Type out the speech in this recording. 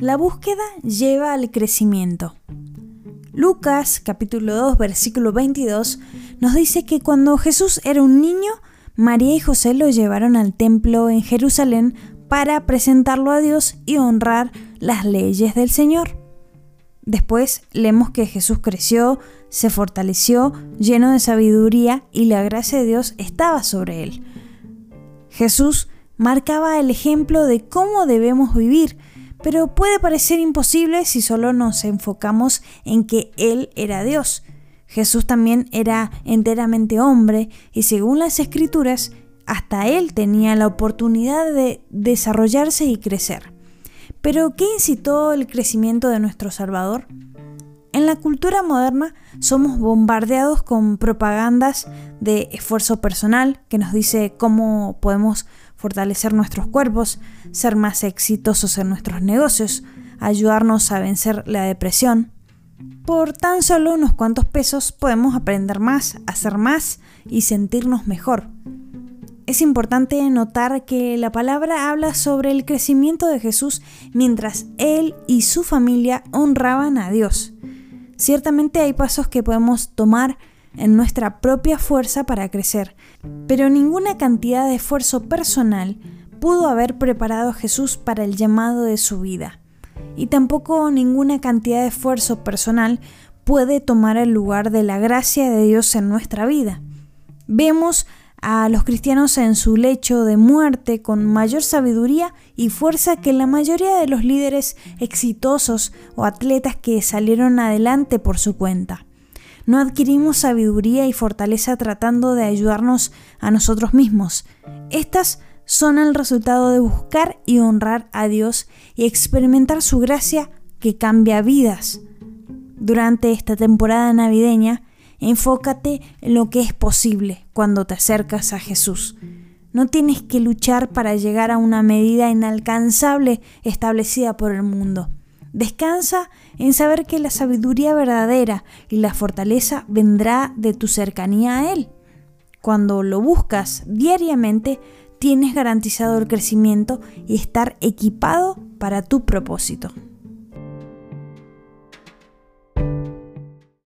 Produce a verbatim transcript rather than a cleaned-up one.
La búsqueda lleva al crecimiento. Lucas capítulo dos versículo veintidós nos dice que cuando Jesús era un niño, María y José lo llevaron al templo en Jerusalén para presentarlo a Dios y honrar las leyes del Señor. Después leemos que Jesús creció, se fortaleció, lleno de sabiduría y la gracia de Dios estaba sobre él. Jesús marcaba el ejemplo de cómo debemos vivir, pero puede parecer imposible si solo nos enfocamos en que Él era Dios. Jesús también era enteramente hombre y según las Escrituras, hasta Él tenía la oportunidad de desarrollarse y crecer. Pero, ¿qué incitó el crecimiento de nuestro Salvador? En la cultura moderna somos bombardeados con propagandas de esfuerzo personal que nos dice cómo podemos fortalecer nuestros cuerpos, ser más exitosos en nuestros negocios, ayudarnos a vencer la depresión. Por tan solo unos cuantos pesos podemos aprender más, hacer más y sentirnos mejor. Es importante notar que la palabra habla sobre el crecimiento de Jesús mientras él y su familia honraban a Dios. Ciertamente hay pasos que podemos tomar en nuestra propia fuerza para crecer, pero ninguna cantidad de esfuerzo personal pudo haber preparado a Jesús para el llamado de su vida. Y tampoco ninguna cantidad de esfuerzo personal puede tomar el lugar de la gracia de Dios en nuestra vida. Vemos a los cristianos en su lecho de muerte con mayor sabiduría y fuerza que la mayoría de los líderes exitosos o atletas que salieron adelante por su cuenta. No adquirimos sabiduría y fortaleza tratando de ayudarnos a nosotros mismos. Estas son el resultado de buscar y honrar a Dios y experimentar su gracia que cambia vidas. Durante esta temporada navideña, enfócate en lo que es posible cuando te acercas a Jesús. No tienes que luchar para llegar a una medida inalcanzable establecida por el mundo. Descansa en saber que la sabiduría verdadera y la fortaleza vendrá de tu cercanía a Él. Cuando lo buscas diariamente, tienes garantizado el crecimiento y estar equipado para tu propósito.